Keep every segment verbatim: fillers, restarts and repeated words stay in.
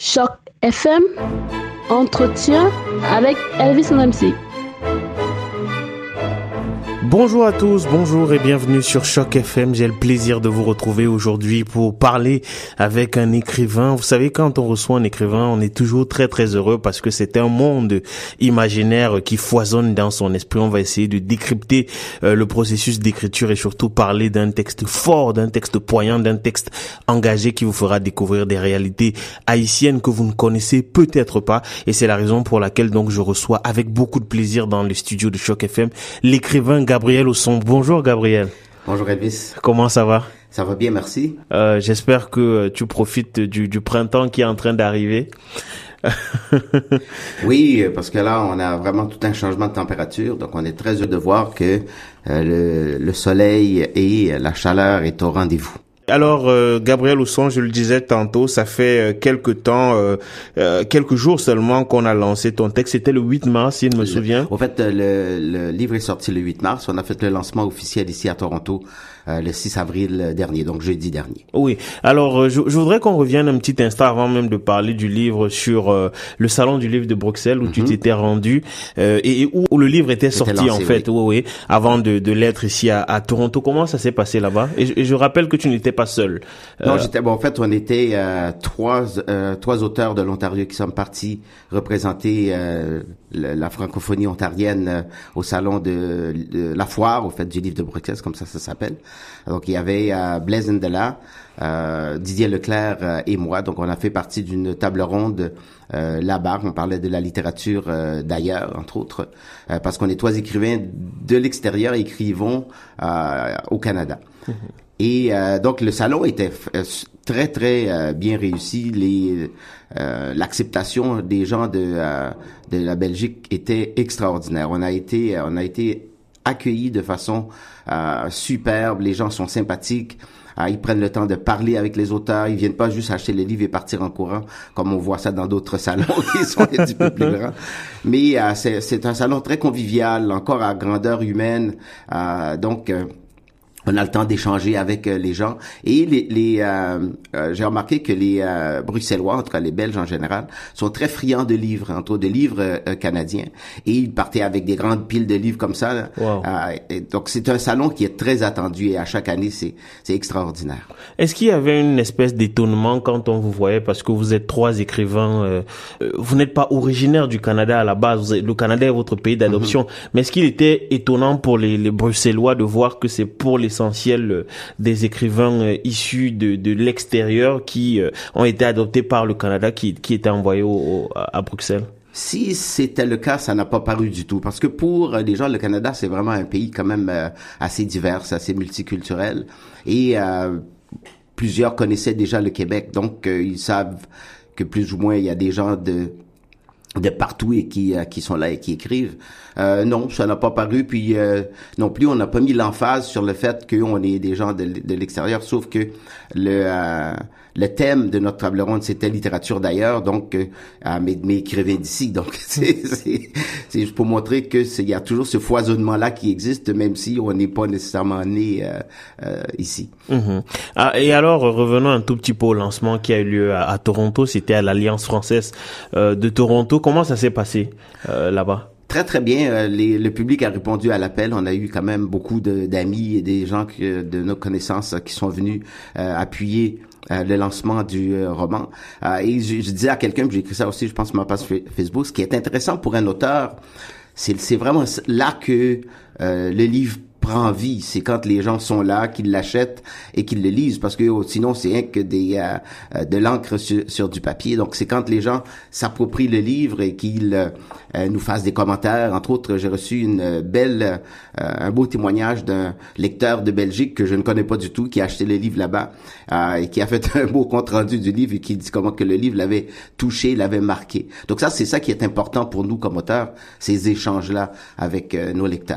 Choc F M, entretien avec Elvis Namsi. Bonjour à tous, bonjour et bienvenue sur Choc F M. J'ai le plaisir de vous retrouver aujourd'hui pour parler avec un écrivain. Vous savez, quand on reçoit un écrivain, on est toujours très très heureux parce que c'est un monde imaginaire qui foisonne dans son esprit. On va essayer de décrypter euh, le processus d'écriture et surtout parler d'un texte fort, d'un texte poignant, d'un texte engagé qui vous fera découvrir des réalités haïtiennes que vous ne connaissez peut-être pas. Et c'est la raison pour laquelle donc je reçois avec beaucoup de plaisir dans le studio de Choc F M l'écrivain Gabriel Osson. Bonjour Gabriel. Bonjour Elvis. Comment ça va? Ça va bien, merci. Euh, j'espère que tu profites du, du printemps qui est en train d'arriver. Oui, parce que là, on a vraiment tout un changement de température. Donc, on est très heureux de voir que euh, le, le soleil et la chaleur est au rendez-vous. Alors, euh, Gabriel Osson, je le disais tantôt, ça fait euh, quelques temps, euh, euh, quelques jours seulement qu'on a lancé ton texte. C'était le huit mars, s'il me souvient. Au fait, le, le livre est sorti le huit mars. On a fait le lancement officiel ici à Toronto euh, le six avril dernier, donc jeudi dernier. Oui. Alors, euh, je, je voudrais qu'on revienne un petit instant avant même de parler du livre sur euh, le salon du livre de Bruxelles où mm-hmm. tu t'étais rendu euh, et, et où, où le livre était sorti lancé, en fait. Oui, oui. oui avant de, de l'être ici à, à Toronto. Comment ça s'est passé là-bas? Et je, et je rappelle que tu n'étais pas seul. Non, euh... j'étais. Bon, en fait, on était euh, trois euh, trois auteurs de l'Ontario qui sommes partis représenter euh, le, la francophonie ontarienne euh, au salon de, de la foire, au fait, du livre de Bruxelles, comme ça ça s'appelle. Donc il y avait euh, Blaise Ndela, euh, Didier Leclerc euh, et moi. Donc on a fait partie d'une table ronde euh, là-bas. On parlait de la littérature euh, d'ailleurs, entre autres, euh, parce qu'on est trois écrivains de l'extérieur et écrivons euh, au Canada. Mmh. Et euh, donc le salon était euh, très très euh, bien réussi. Les euh, l'acceptation des gens de euh, de la Belgique était extraordinaire. On a été on a été accueillis de façon euh, superbe. Les gens sont sympathiques. Euh, ils prennent le temps de parler avec les auteurs. Ils viennent pas juste acheter les livres et partir en courant, comme on voit ça dans d'autres salons qui sont un petit peu plus grands. Mais euh, c'est c'est un salon très convivial, encore à grandeur humaine. Euh, donc euh, on a le temps d'échanger avec euh, les gens et les, les euh, euh, j'ai remarqué que les euh, Bruxellois, en tout cas les Belges en général, sont très friands de livres, entre autres de livres euh, canadiens, et ils partaient avec des grandes piles de livres comme ça. Wow. Euh, et donc c'est un salon qui est très attendu et à chaque année c'est c'est extraordinaire. Est-ce qu'il y avait une espèce d'étonnement quand on vous voyait, parce que vous êtes trois écrivains, euh, vous n'êtes pas originaire du Canada à la base, vous êtes, le Canada est votre pays d'adoption, mm-hmm. mais est-ce qu'il était étonnant pour les, les Bruxellois de voir que c'est pour les essentiel des écrivains euh, issus de, de l'extérieur qui euh, ont été adoptés par le Canada, qui, qui étaient envoyés au, au, à Bruxelles? Si c'était le cas, ça n'a pas paru du tout. Parce que pour les gens, le Canada, c'est vraiment un pays quand même euh, assez divers, assez multiculturel. Et euh, plusieurs connaissaient déjà le Québec. Donc, euh, ils savent que plus ou moins, il y a des gens de de partout et qui euh, qui sont là et qui écrivent. Euh, non, ça n'a pas paru. Puis euh, non plus, on n'a pas mis l'emphase sur le fait qu'on est des gens de, de l'extérieur, sauf que le euh, le thème de notre table ronde, c'était littérature d'ailleurs, donc euh, mais, mais écrivains d'ici. Donc c'est c'est c'est juste pour montrer que c'est, il y a toujours ce foisonnement là qui existe, même si on n'est pas nécessairement né euh, euh, ici. Mm-hmm. Ah, et alors revenons un tout petit peu au lancement qui a eu lieu à, à Toronto. C'était à l'Alliance française euh, de Toronto. Comment ça s'est passé euh, là-bas? Très, très bien. Les, le public a répondu à l'appel. On a eu quand même beaucoup de, d'amis et des gens que, de nos connaissances qui sont venus euh, appuyer euh, le lancement du euh, roman. Euh, et je, je disais à quelqu'un, j'ai écrit ça aussi, je pense, sur ma page Facebook, ce qui est intéressant pour un auteur, c'est, c'est vraiment là que euh, le livre prend vie. C'est quand les gens sont là, qu'ils l'achètent et qu'ils le lisent, parce que oh, sinon c'est rien que des euh, de l'encre sur, sur du papier. Donc c'est quand les gens s'approprient le livre et qu'ils euh, nous fassent des commentaires. Entre autres, j'ai reçu une belle euh, un beau témoignage d'un lecteur de Belgique que je ne connais pas du tout, qui a acheté le livre là-bas euh, et qui a fait un beau compte rendu du livre et qui dit comment que le livre l'avait touché, l'avait marqué. Donc ça, c'est ça qui est important pour nous comme auteurs, ces échanges là avec euh, nos lecteurs.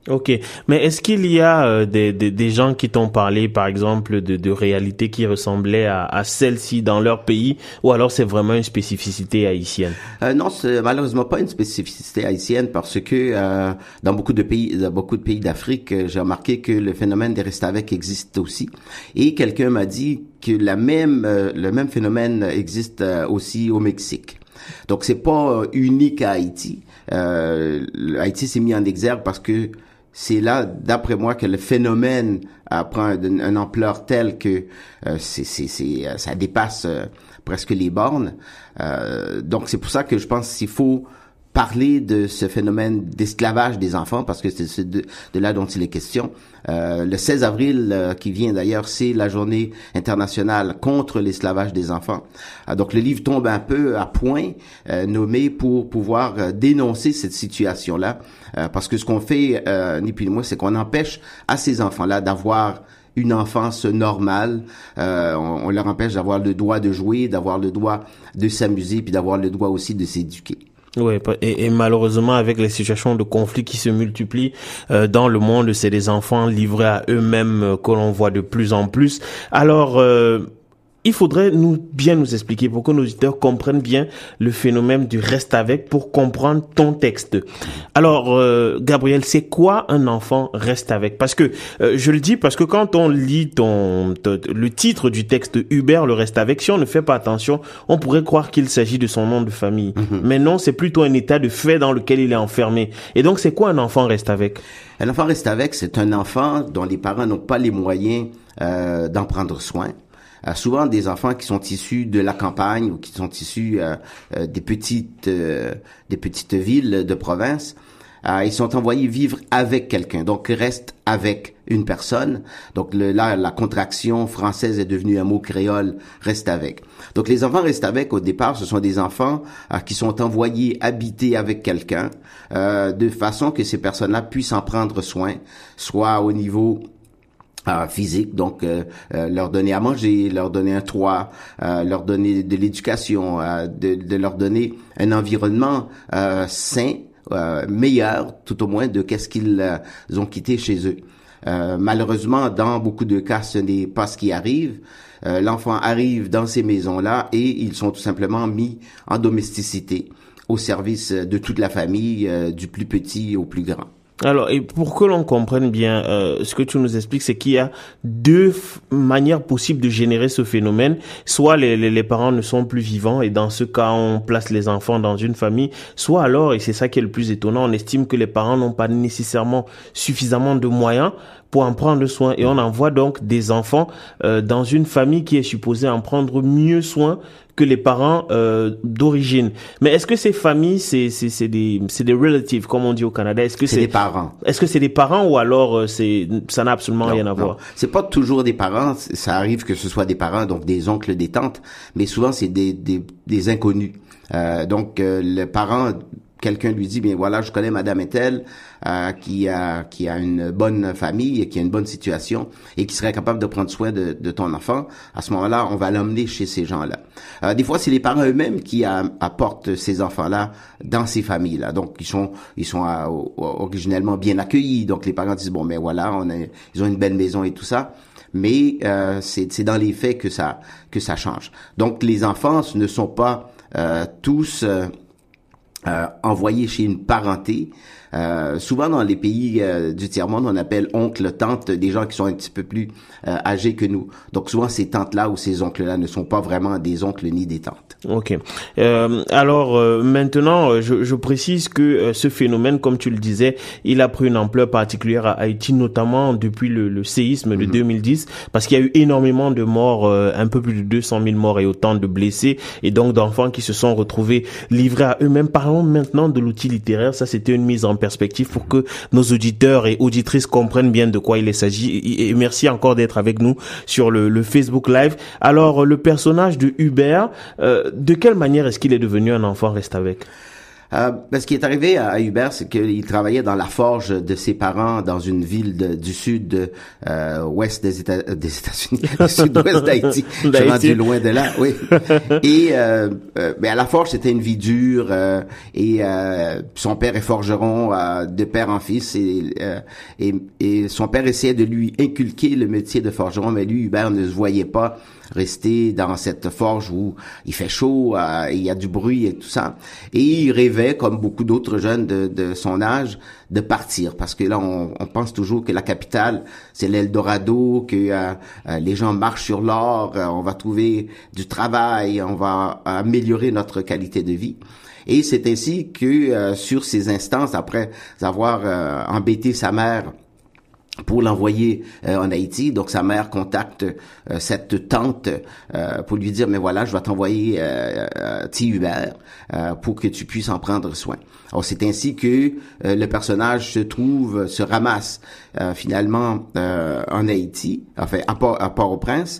Ok, mais est-ce qu'il y a euh, des, des des gens qui t'ont parlé, par exemple, de de réalités qui ressemblaient à, à celle-ci dans leur pays, ou alors c'est vraiment une spécificité haïtienne? Euh, non, c'est malheureusement pas une spécificité haïtienne parce que euh, dans beaucoup de pays, dans beaucoup de pays d'Afrique, euh, j'ai remarqué que le phénomène des reste-avec existe aussi. Et quelqu'un m'a dit que la même euh, le même phénomène existe euh, aussi au Mexique. Donc c'est pas unique à Haïti. Euh, Haïti s'est mis en exergue parce que c'est là, d'après moi, que le phénomène euh, prend une, une ampleur telle que euh, c'est, c'est, c'est, euh, ça dépasse euh, presque les bornes. Euh, donc, c'est pour ça que je pense qu'il faut parler de ce phénomène d'esclavage des enfants, parce que c'est de, de là dont il est question. Euh, le seize avril euh, qui vient d'ailleurs, c'est la journée internationale contre l'esclavage des enfants. Euh, donc le livre tombe un peu à point, euh, nommé pour pouvoir euh, dénoncer cette situation-là, euh, parce que ce qu'on fait, euh, ni plus ni moins, c'est qu'on empêche à ces enfants-là d'avoir une enfance normale. Euh, on, on leur empêche d'avoir le droit de jouer, d'avoir le droit de s'amuser, puis d'avoir le droit aussi de s'éduquer. Oui, et, et malheureusement, avec les situations de conflit qui se multiplient euh, dans le monde, c'est des enfants livrés à eux-mêmes euh, que l'on voit de plus en plus. Alors, euh, il faudrait nous bien nous expliquer pour que nos auditeurs comprennent bien le phénomène du reste avec, pour comprendre ton texte. Alors, euh, Gabriel, c'est quoi un enfant reste avec? Parce que euh, je le dis parce que quand on lit ton, ton le titre du texte Hubert le reste avec, si on ne fait pas attention, on pourrait croire qu'il s'agit de son nom de famille. Mm-hmm. Mais non, c'est plutôt un état de fait dans lequel il est enfermé. Et donc, c'est quoi un enfant reste avec? Un enfant reste avec, c'est un enfant dont les parents n'ont pas les moyens euh, d'en prendre soin. Euh, souvent des enfants qui sont issus de la campagne ou qui sont issus euh, euh, des petites euh, des petites villes de province. Euh, ils sont envoyés vivre avec quelqu'un, donc restent avec une personne. Donc le, là, la contraction française est devenue un mot créole, reste avec. Donc les enfants restent avec, au départ, ce sont des enfants euh, qui sont envoyés habiter avec quelqu'un, euh, de façon que ces personnes-là puissent en prendre soin, soit au niveau Euh, physique, donc euh, euh, leur donner à manger, leur donner un toit, euh, leur donner de l'éducation, euh, de, de leur donner un environnement euh, sain, euh, meilleur, tout au moins de qu'est-ce qu'ils euh, ont quitté chez eux. Euh, malheureusement, dans beaucoup de cas, ce n'est pas ce qui arrive. Euh, l'enfant arrive dans ces maisons-là et ils sont tout simplement mis en domesticité, au service de toute la famille, euh, du plus petit au plus grand. Alors, et pour que l'on comprenne bien, euh, ce que tu nous expliques, c'est qu'il y a deux f- manières possibles de générer ce phénomène. Soit les, les, les parents ne sont plus vivants et dans ce cas, on place les enfants dans une famille. Soit alors, et c'est ça qui est le plus étonnant, on estime que les parents n'ont pas nécessairement suffisamment de moyens pour en prendre soin. Et on envoie donc des enfants euh, dans une famille qui est supposée en prendre mieux soin que les parents euh, d'origine. Mais est-ce que ces familles, c'est c'est c'est des c'est des relatives comme on dit au Canada? Est-ce que c'est, c'est des parents? Est-ce que c'est des parents ou alors euh, c'est ça n'a absolument non, rien à non. voir? C'est pas toujours des parents. Ça arrive que ce soit des parents, donc des oncles, des tantes, mais souvent c'est des des des inconnus. Euh, donc euh, le parent, quelqu'un lui dit, bien voilà, je connais Madame Etel, euh, qui a qui a une bonne famille, qui a une bonne situation et qui serait capable de prendre soin de, de ton enfant. À ce moment-là, on va l'emmener chez ces gens-là. Euh, des fois, c'est les parents eux-mêmes qui a, apportent ces enfants-là dans ces familles-là. Donc, ils sont ils sont à, originellement bien accueillis. Donc, les parents disent bon, mais voilà, on a, ils ont une belle maison et tout ça. Mais euh, c'est c'est dans les faits que ça que ça change. Donc, les enfants ne sont pas euh, tous euh, Euh, envoyés chez une parenté. Euh, souvent dans les pays euh, du tiers-monde, on appelle oncle, tante, des gens qui sont un petit peu plus euh, âgés que nous. Donc souvent ces tantes-là ou ces oncles-là ne sont pas vraiment des oncles ni des tantes. Ok. Euh, alors euh, maintenant, je, je précise que euh, ce phénomène, comme tu le disais, il a pris une ampleur particulière à Haïti, notamment depuis le, le séisme de mm-hmm. deux mille dix, parce qu'il y a eu énormément de morts, euh, un peu plus de deux cent mille morts et autant de blessés, et donc d'enfants qui se sont retrouvés livrés à eux-mêmes. Parlons maintenant de l'outil littéraire. Ça, c'était une mise en perspective pour que nos auditeurs et auditrices comprennent bien de quoi il s'agit. Et merci encore d'être avec nous sur le, le Facebook Live. Alors, le personnage de Hubert, euh, de quelle manière est-ce qu'il est devenu un enfant reste avec? Euh, ben, ce qui est arrivé à, à Hubert, c'est qu'il travaillait dans la forge de ses parents dans une ville de, du sud de, euh, ouest des États des États-Unis, du sud-ouest d'Haïti. Je suis rendu loin de là, oui. Et euh, euh, ben, à la forge, c'était une vie dure. Euh, et euh, son père est forgeron euh, de père en fils. Et, euh, et, et son père essayait de lui inculquer le métier de forgeron, mais lui, Hubert, ne se voyait pas rester dans cette forge où il fait chaud, euh, il y a du bruit et tout ça. Et il rêvait, comme beaucoup d'autres jeunes de, de son âge, de partir. Parce que là, on, on pense toujours que la capitale, c'est l'Eldorado, que euh, euh, les gens marchent sur l'or, euh, on va trouver du travail, on va améliorer notre qualité de vie. Et c'est ainsi que, euh, sur ces instances, après avoir euh, embêté sa mère pour l'envoyer euh, en Haïti, donc sa mère contacte euh, cette tante euh, pour lui dire, mais voilà, je vais t'envoyer euh, euh, T. Hubert euh, pour que tu puisses en prendre soin. Alors c'est ainsi que euh, le personnage se trouve, se ramasse euh, finalement euh, en Haïti, enfin à, Port, à Port-au-Prince,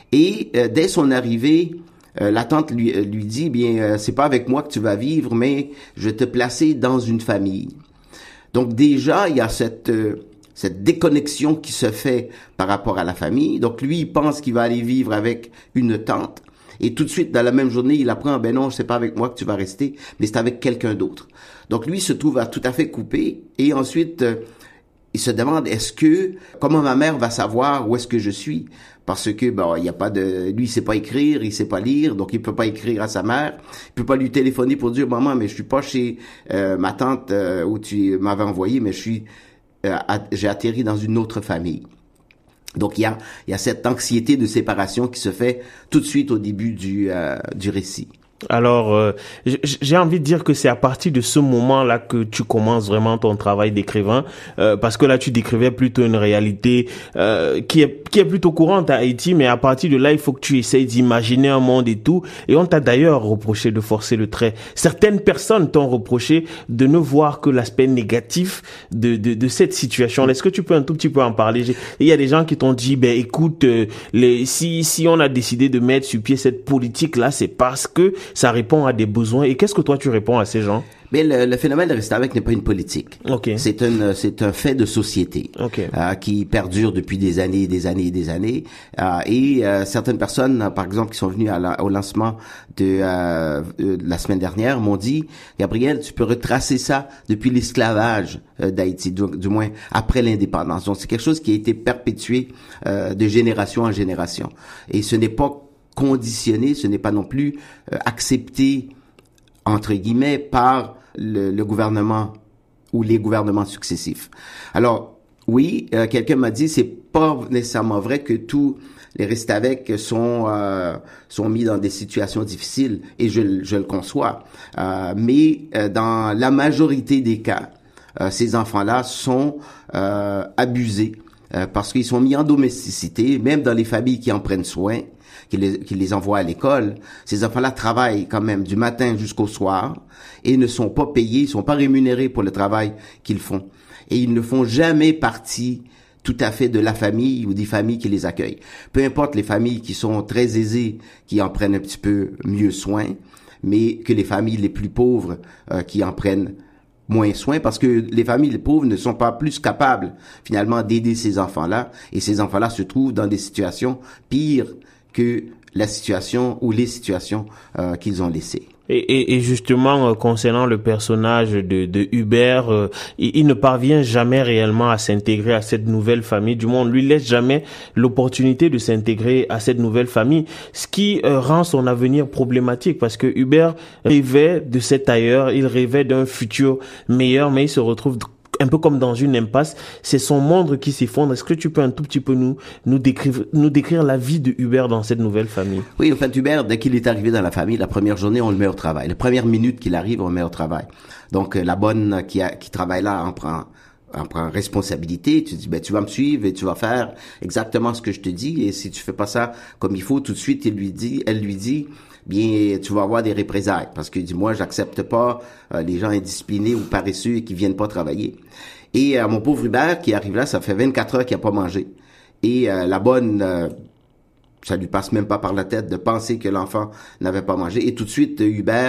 et euh, dès son arrivée, Euh, la tante lui, euh, lui dit, bien, euh, c'est pas avec moi que tu vas vivre, mais je vais te placer dans une famille. Donc déjà, il y a cette euh, cette déconnexion qui se fait par rapport à la famille. Donc lui, il pense qu'il va aller vivre avec une tante. Et tout de suite, dans la même journée, il apprend, ben non, c'est pas avec moi que tu vas rester, mais c'est avec quelqu'un d'autre. Donc lui, il se trouve à tout à fait coupé. Et ensuite, euh, il se demande, est-ce que, comment ma mère va savoir où est-ce que je suis? Parce que, bon, il y a pas de, lui, il sait pas écrire, il sait pas lire, donc il peut pas écrire à sa mère. Il peut pas lui téléphoner pour dire, maman, mais je suis pas chez euh, ma tante euh, où tu m'avais envoyé, mais je suis, euh, à, j'ai atterri dans une autre famille. Donc il y a, il y a cette anxiété de séparation qui se fait tout de suite au début du, euh, du récit. Alors, euh, j'ai envie de dire que c'est à partir de ce moment-là que tu commences vraiment ton travail d'écrivain, euh, parce que là, tu décrivais plutôt une réalité euh, qui est qui est plutôt courante à Haïti, mais à partir de là, il faut que tu essayes d'imaginer un monde et tout. Et on t'a d'ailleurs reproché de forcer le trait. Certaines personnes t'ont reproché de ne voir que l'aspect négatif de de, de cette situation. Est-ce que tu peux un tout petit peu en parler? Il y a des gens qui t'ont dit, ben écoute, euh, les, si si on a décidé de mettre sur pied cette politique-là, c'est parce que ça répond à des besoins. Et qu'est-ce que toi tu réponds à ces gens? Mais le, le phénomène de rester avec n'est pas une politique. Okay. C'est un c'est un fait de société okay. euh, qui perdure depuis des années, des années et des années. Euh, et euh, certaines personnes, par exemple, qui sont venues à la, au lancement de, euh, de la semaine dernière, m'ont dit, Gabriel, tu peux retracer ça depuis l'esclavage euh, d'Haïti, du, du moins après l'indépendance. Donc c'est quelque chose qui a été perpétué euh, de génération en génération. Et ce n'est pas conditionné, ce n'est pas non plus euh, accepté entre guillemets par le, le gouvernement ou les gouvernements successifs. Alors oui, euh, quelqu'un m'a dit c'est pas nécessairement vrai que tous les Restaveks sont euh, sont mis dans des situations difficiles et je, je le conçois. Euh, mais euh, dans la majorité des cas, euh, ces enfants-là sont euh, abusés euh, parce qu'ils sont mis en domesticité, même dans les familles qui en prennent soin. Qui les, qui les envoient à l'école, ces enfants-là travaillent quand même du matin jusqu'au soir et ne sont pas payés, ils sont pas rémunérés pour le travail qu'ils font. Et ils ne font jamais partie tout à fait de la famille ou des familles qui les accueillent. Peu importe les familles qui sont très aisées, qui en prennent un petit peu mieux soin, mais que les familles les plus pauvres euh, qui en prennent moins soin, parce que les familles les pauvres ne sont pas plus capables finalement d'aider ces enfants-là, et ces enfants-là se trouvent dans des situations pires que la situation ou les situations euh, qu'ils ont laissées. Et, et, et justement, euh, concernant le personnage de, de Hubert, euh, il, il ne parvient jamais réellement à s'intégrer à cette nouvelle famille. Du moins, on lui laisse jamais l'opportunité de s'intégrer à cette nouvelle famille, ce qui euh, rend son avenir problématique, parce que Hubert rêvait de cet ailleurs, il rêvait d'un futur meilleur, mais il se retrouve un peu comme dans une impasse, c'est son monde qui s'effondre. Est-ce que tu peux un tout petit peu nous nous décrire nous décrire la vie de Hubert dans cette nouvelle famille? Oui, en fait, Hubert, dès qu'il est arrivé dans la famille, la première journée, on le met au travail. La première minute qu'il arrive, on le met au travail. Donc, la bonne qui a, qui travaille là en prend en prend responsabilité. Tu dis, ben, tu vas me suivre et tu vas faire exactement ce que je te dis. Et si tu fais pas ça comme il faut, tout de suite, il lui dit, elle lui dit, bien, tu vas avoir des représailles. Parce que, dis-moi, j'accepte pas euh, les gens indisciplinés ou paresseux et qui viennent pas travailler. Et euh, mon pauvre Hubert qui arrive là, ça fait vingt-quatre heures qu'il a pas mangé. Et euh, la bonne, euh, ça lui passe même pas par la tête de penser que l'enfant n'avait pas mangé. Et tout de suite, Hubert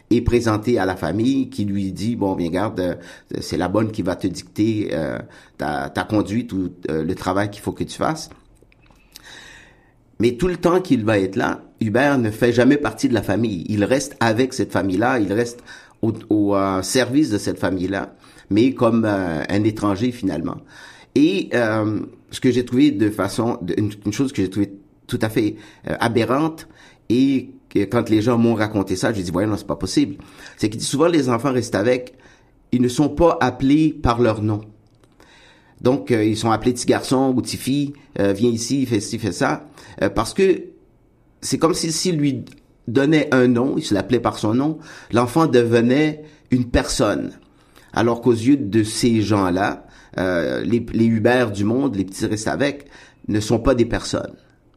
est présenté à la famille qui lui dit, bon, bien garde, euh, c'est la bonne qui va te dicter euh, ta, ta conduite ou euh, le travail qu'il faut que tu fasses. Mais tout le temps qu'il va être là, Hubert ne fait jamais partie de la famille. Il reste avec cette famille-là, il reste au, au euh, service de cette famille-là, mais comme euh, un étranger finalement. Et euh, ce que j'ai trouvé de façon, de, une, une chose que j'ai trouvé tout à fait euh, aberrante, et que quand les gens m'ont raconté ça, j'ai dit, voyons, non, c'est pas possible. C'est que souvent les enfants restent avec, ils ne sont pas appelés par leur nom. Donc, euh, ils sont appelés petit garçon ou petit fille, euh, viens ici, fais ci, fais ça, euh, parce que c'est comme si s'il lui donnait un nom, il se l'appelait par son nom, l'enfant devenait une personne. Alors qu'aux yeux de ces gens-là, euh, les, les Hubert du monde, les petits restent avec, ne sont pas des personnes.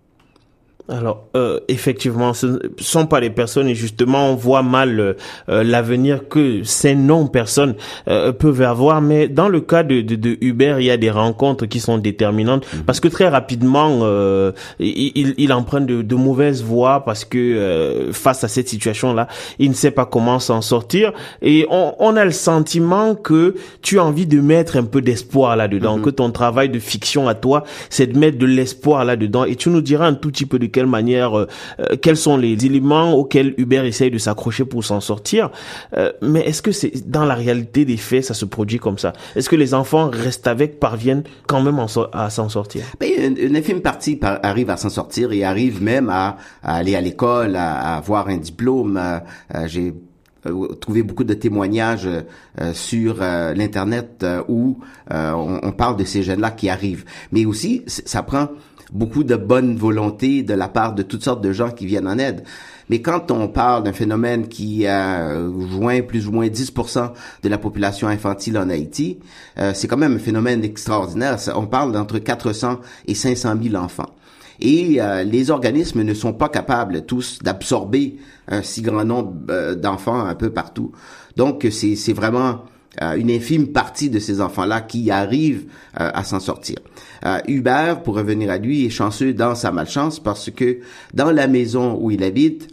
Alors, euh, effectivement, ce ne sont pas les personnes et justement, on voit mal euh, l'avenir que ces non-personnes euh, peuvent avoir. Mais dans le cas de, de, de Hubert, il y a des rencontres qui sont déterminantes mmh. parce que très rapidement, euh, il, il emprunte de, de mauvaises voies parce que euh, face à cette situation-là, il ne sait pas comment s'en sortir. Et on, on a le sentiment que tu as envie de mettre un peu d'espoir là-dedans, mmh. que ton travail de fiction à toi, c'est de mettre de l'espoir là-dedans. Et tu nous diras un tout petit peu de quelle manière, euh, quels sont les éléments auxquels Hubert essaye de s'accrocher pour s'en sortir. Euh, mais est-ce que c'est dans la réalité des faits, ça se produit comme ça? Est-ce que les enfants restent avec, parviennent quand même en so- à s'en sortir? Ben, une, une infime partie par, arrive à s'en sortir et arrive même à, à aller à l'école, à, à avoir un diplôme. À, à, j'ai trouvé beaucoup de témoignages euh, sur euh, l'internet euh, où euh, on, on parle de ces jeunes-là qui arrivent. Mais aussi, ça prend beaucoup de bonne volonté de la part de toutes sortes de gens qui viennent en aide. Mais quand on parle d'un phénomène qui a joint plus ou moins dix pour cent de la population infantile en Haïti, euh, c'est quand même un phénomène extraordinaire. On parle d'entre quatre cents et cinq cent mille enfants. Et euh, les organismes ne sont pas capables tous d'absorber un si grand nombre euh, d'enfants un peu partout. Donc c'est, c'est vraiment euh, une infime partie de ces enfants-là qui arrivent euh, à s'en sortir. Euh, Hubert, pour revenir à lui, est chanceux dans sa malchance parce que dans la maison où il habite,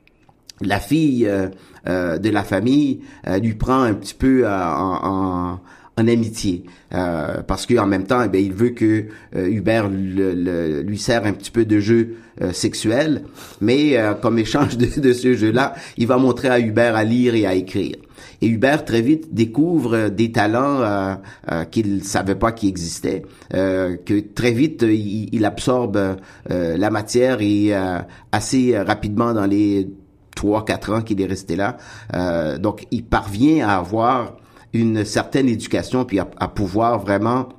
la fille euh, euh, de la famille euh, lui prend un petit peu euh, en, en en amitié, euh, parce que en même temps, eh bien, il veut que euh, Hubert le, le, lui sert un petit peu de jeu euh, sexuel, mais euh, comme échange de, de ce jeu-là, il va montrer à Hubert à lire et à écrire. Et Hubert très vite découvre des talents euh, euh, qu'il savait pas qui existaient, euh, que très vite il, il absorbe euh, la matière et euh, assez rapidement dans les trois quatre ans qu'il est resté là, euh, donc il parvient à avoir une certaine éducation puis à, à pouvoir vraiment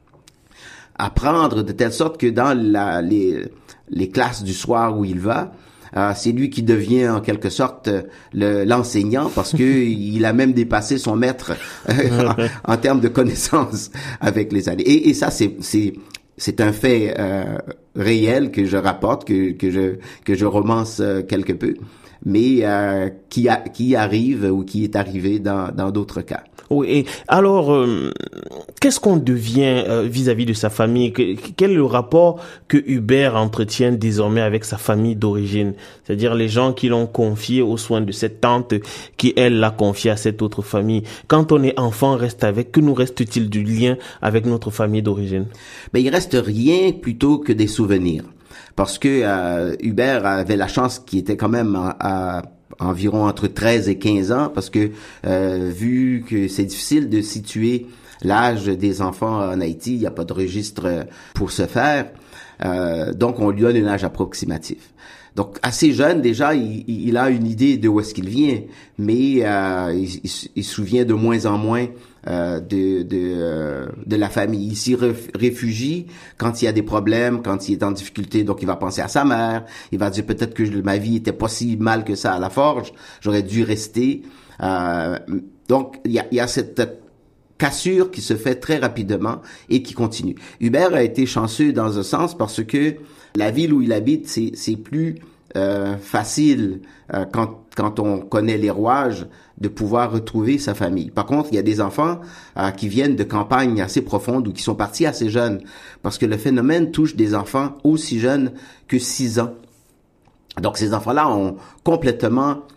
apprendre de telle sorte que dans la, les, les classes du soir où il va, euh, c'est lui qui devient en quelque sorte le, l'enseignant parce que il a même dépassé son maître euh, en, en termes de connaissances avec les années. Et, et ça, c'est, c'est, c'est un fait euh, réel que je rapporte, que, que je que je romance euh, quelque peu, mais euh, qui a, qui arrive ou qui est arrivé dans dans d'autres cas. Oui, et alors, euh, qu'est-ce qu'on devient euh, vis-à-vis de sa famille? Quel est le rapport que Hubert entretient désormais avec sa famille d'origine? C'est-à-dire les gens qui l'ont confié aux soins de cette tante, qui, elle, l'a confié à cette autre famille. Quand on est enfant, reste avec, que nous reste-t-il du lien avec notre famille d'origine? Ben, il reste rien plutôt que des souvenirs. Parce que euh, Hubert avait la chance qu'il était quand même à, à environ entre treize et quinze ans, parce que euh, vu que c'est difficile de situer l'âge des enfants en Haïti, il n'y a pas de registre pour ce faire, euh, donc on lui donne un âge approximatif. Donc assez jeune déjà, il, il a une idée de où est-ce qu'il vient, mais euh, il, il, il se souvient de moins en moins euh, de de, euh, de la famille. Il s'y réfugie quand il y a des problèmes, quand il est en difficulté. Donc il va penser à sa mère, il va dire peut-être que je, ma vie était pas si mal que ça à la forge, j'aurais dû rester. Euh, donc il y a, il y a cette cassure qui se fait très rapidement et qui continue. Hubert a été chanceux dans un sens parce que la ville où il habite, c'est, c'est plus euh, facile euh, quand, quand on connaît les rouages de pouvoir retrouver sa famille. Par contre, il y a des enfants euh, qui viennent de campagnes assez profondes ou qui sont partis assez jeunes parce que le phénomène touche des enfants aussi jeunes que six ans. Donc, ces enfants-là ont complètement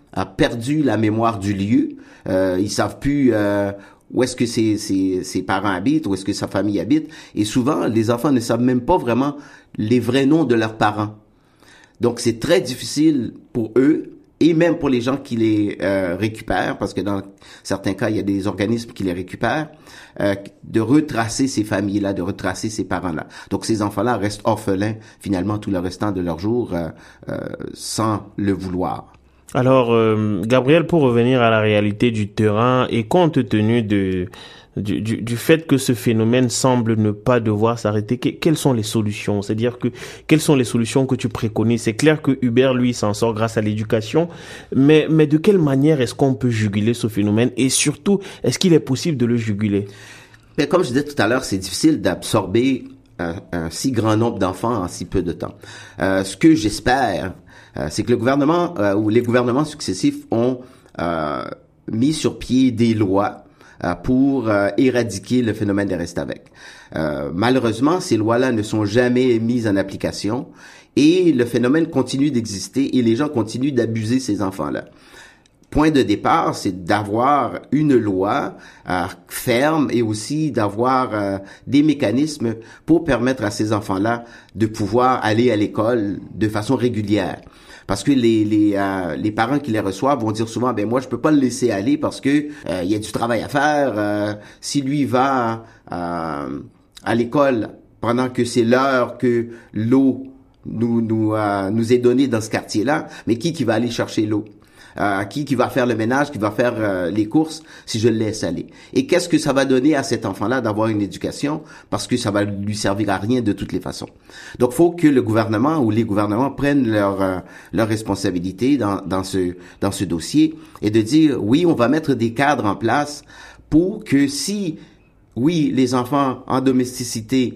a perdu la mémoire du lieu. Euh, ils savent plus euh, où est-ce que ses, ses, ses parents habitent, où est-ce que sa famille habite. Et souvent, les enfants ne savent même pas vraiment les vrais noms de leurs parents. Donc, c'est très difficile pour eux et même pour les gens qui les euh, récupèrent, parce que dans certains cas, il y a des organismes qui les récupèrent, euh, de retracer ces familles-là, de retracer ces parents-là. Donc, ces enfants-là restent orphelins, finalement, tout le restant de leur jour, euh, euh, sans le vouloir. Alors, euh, Gabriel, pour revenir à la réalité du terrain et compte tenu de Du, du, du fait que ce phénomène semble ne pas devoir s'arrêter, que, quelles sont les solutions? C'est-à-dire que quelles sont les solutions que tu préconises? C'est clair que Hubert, lui, s'en sort grâce à l'éducation, mais mais de quelle manière est-ce qu'on peut juguler ce phénomène et surtout, est-ce qu'il est possible de le juguler? Mais comme je disais tout à l'heure, c'est difficile d'absorber un, un si grand nombre d'enfants en si peu de temps. Euh, ce que j'espère, euh, c'est que le gouvernement euh, ou les gouvernements successifs ont euh, mis sur pied des lois pour euh, éradiquer le phénomène des reste-avec. Euh, malheureusement, ces lois-là ne sont jamais mises en application et le phénomène continue d'exister et les gens continuent d'abuser ces enfants-là. Point de départ, c'est d'avoir une loi euh, ferme et aussi d'avoir euh, des mécanismes pour permettre à ces enfants-là de pouvoir aller à l'école de façon régulière. Parce que les les euh, les parents qui les reçoivent vont dire souvent, ben moi je peux pas le laisser aller parce que euh, il y a du travail à faire. Euh, si lui va euh, à l'école pendant que c'est l'heure que l'eau nous nous euh, nous est donnée dans ce quartier-là, mais qui qui va aller chercher l'eau? Euh, qui qui va faire le ménage, qui va faire euh, les courses si je le laisse aller. Et qu'est-ce que ça va donner à cet enfant-là d'avoir une éducation? Parce que ça va lui servir à rien de toutes les façons. Donc, faut que le gouvernement ou les gouvernements prennent leur euh, leur responsabilité dans dans ce dans ce dossier et de dire oui, on va mettre des cadres en place pour que si oui, les enfants en domesticité,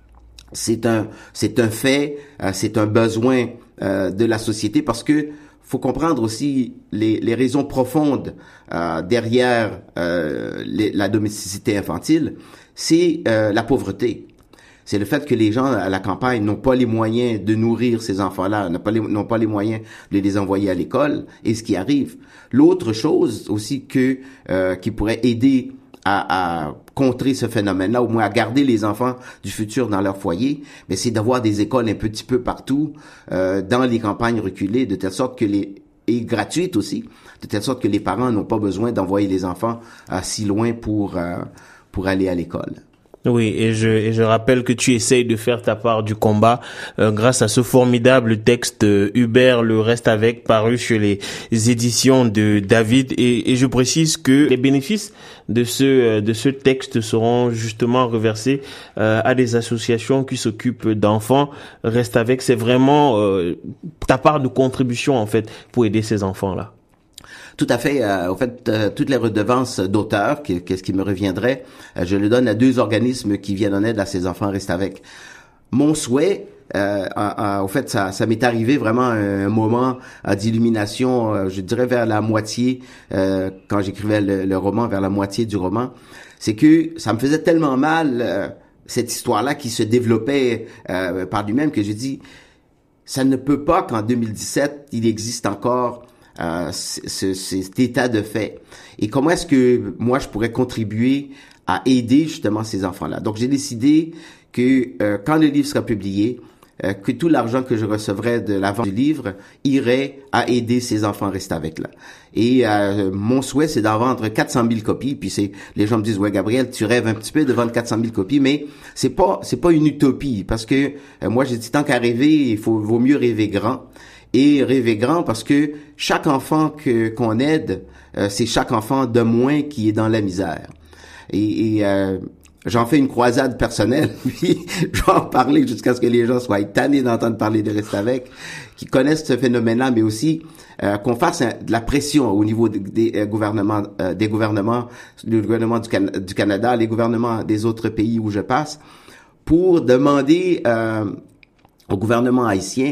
c'est un c'est un fait, euh, c'est un besoin euh, de la société parce que faut comprendre aussi les, les raisons profondes euh, derrière euh, les, la domesticité infantile, c'est euh, la pauvreté. C'est le fait que les gens à la campagne n'ont pas les moyens de nourrir ces enfants-là, n'ont pas les, n'ont pas les moyens de les envoyer à l'école, et ce qui arrive. L'autre chose aussi que euh, qui pourrait aider à, à contrer ce phénomène-là, au moins à garder les enfants du futur dans leur foyer, mais c'est d'avoir des écoles un petit peu partout, euh, dans les campagnes reculées, de telle sorte que les et gratuites aussi, de telle sorte que les parents n'ont pas besoin d'envoyer les enfants euh, si loin pour euh, pour aller à l'école. Oui, et je et je rappelle que tu essayes de faire ta part du combat euh, grâce à ce formidable texte euh, Hubert le reste avec paru chez les éditions de David et, et je précise que les bénéfices de ce euh, de ce texte seront justement reversés euh, à des associations qui s'occupent d'enfants. Reste avec, c'est vraiment euh, ta part de contribution en fait pour aider ces enfants-là. Tout à fait. Euh, au fait, euh, toutes les redevances d'auteur, qu'est-ce qui me reviendrait, euh, je le donne à deux organismes qui viennent en aide à ces enfants restent avec. Mon souhait, euh, à, à, au fait, ça, ça m'est arrivé vraiment un, un moment euh, d'illumination, euh, je dirais vers la moitié, euh, quand j'écrivais le, le roman, vers la moitié du roman, c'est que ça me faisait tellement mal, euh, cette histoire-là qui se développait euh, par lui-même, que j'ai dit, ça ne peut pas qu'en deux mille dix-sept, il existe encore Euh, ce, cet état de fait. Et comment est-ce que moi, je pourrais contribuer à aider justement ces enfants-là? Donc, j'ai décidé que euh, quand le livre sera publié, euh, que tout l'argent que je recevrais de la vente du livre irait à aider ces enfants restés avec là. Et euh, mon souhait, c'est d'en vendre quatre cent mille copies. Puis c'est, les gens me disent, ouais, Gabriel, tu rêves un petit peu de vendre quatre cent mille copies, mais c'est pas, c'est pas une utopie, parce que euh, moi, j'ai dit tant qu'à rêver, il faut, vaut mieux rêver grand. Et rêver grand parce que chaque enfant que qu'on aide, euh, c'est chaque enfant de moins qui est dans la misère. Et, et euh, j'en fais une croisade personnelle, puis je vais en parler jusqu'à ce que les gens soient tannés d'entendre parler de Reste avec, qui connaissent ce phénomène-là, mais aussi euh, qu'on fasse un, de la pression au niveau des, des euh, gouvernements, euh, des gouvernements, le gouvernement du, Can- du Canada, les gouvernements des autres pays où je passe, pour demander euh, au gouvernement haïtien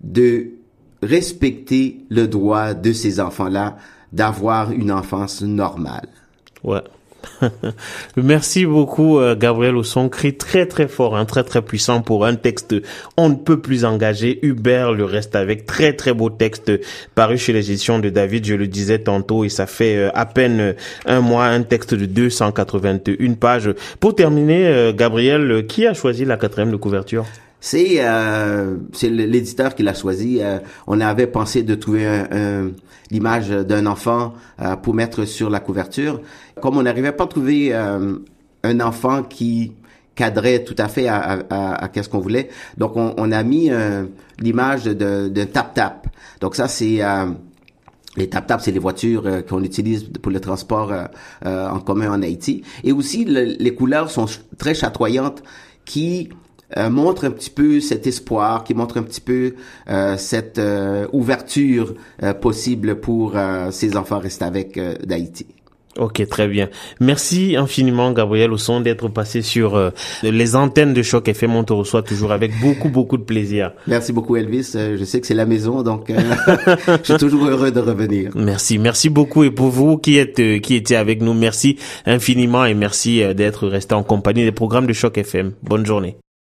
de respecter le droit de ces enfants-là d'avoir une enfance normale. Ouais. Merci beaucoup, euh, Gabriel Osson. Cri très très fort, hein, très très puissant pour un texte on ne peut plus engagé. Hubert le reste avec, très très beau texte paru chez les éditions de David. Je le disais tantôt et ça fait euh, à peine un mois, un texte de deux cent quatre-vingt-une pages. Pour terminer, euh, Gabriel, qui a choisi la quatrième de couverture? C'est euh, c'est l'éditeur qui l'a choisi. Euh, on avait pensé de trouver un, un, l'image d'un enfant euh, pour mettre sur la couverture. Comme on n'arrivait pas à trouver euh, un enfant qui cadrait tout à fait à, à, à qu'est-ce qu'on voulait, donc on, on a mis euh, l'image de, de tap-tap. Donc ça, c'est... Euh, les tap-tap, c'est les voitures euh, qu'on utilise pour le transport euh, euh, en commun en Haïti. Et aussi, le, les couleurs sont très chatoyantes qui... Euh, montre un petit peu cet espoir, qui montre un petit peu euh, cette euh, ouverture euh, possible pour euh, ces enfants restés avec euh, d'Haïti. Ok, très bien. Merci infiniment, Gabriel Osson, d'être passé sur euh, les antennes de Choc F M. On te reçoit toujours avec beaucoup, beaucoup de plaisir. Merci beaucoup, Elvis. Je sais que c'est la maison, donc euh, je suis toujours heureux de revenir. Merci, merci beaucoup. Et pour vous qui êtes euh, qui étiez avec nous, merci infiniment et merci euh, d'être resté en compagnie des programmes de Choc F M. Bonne journée.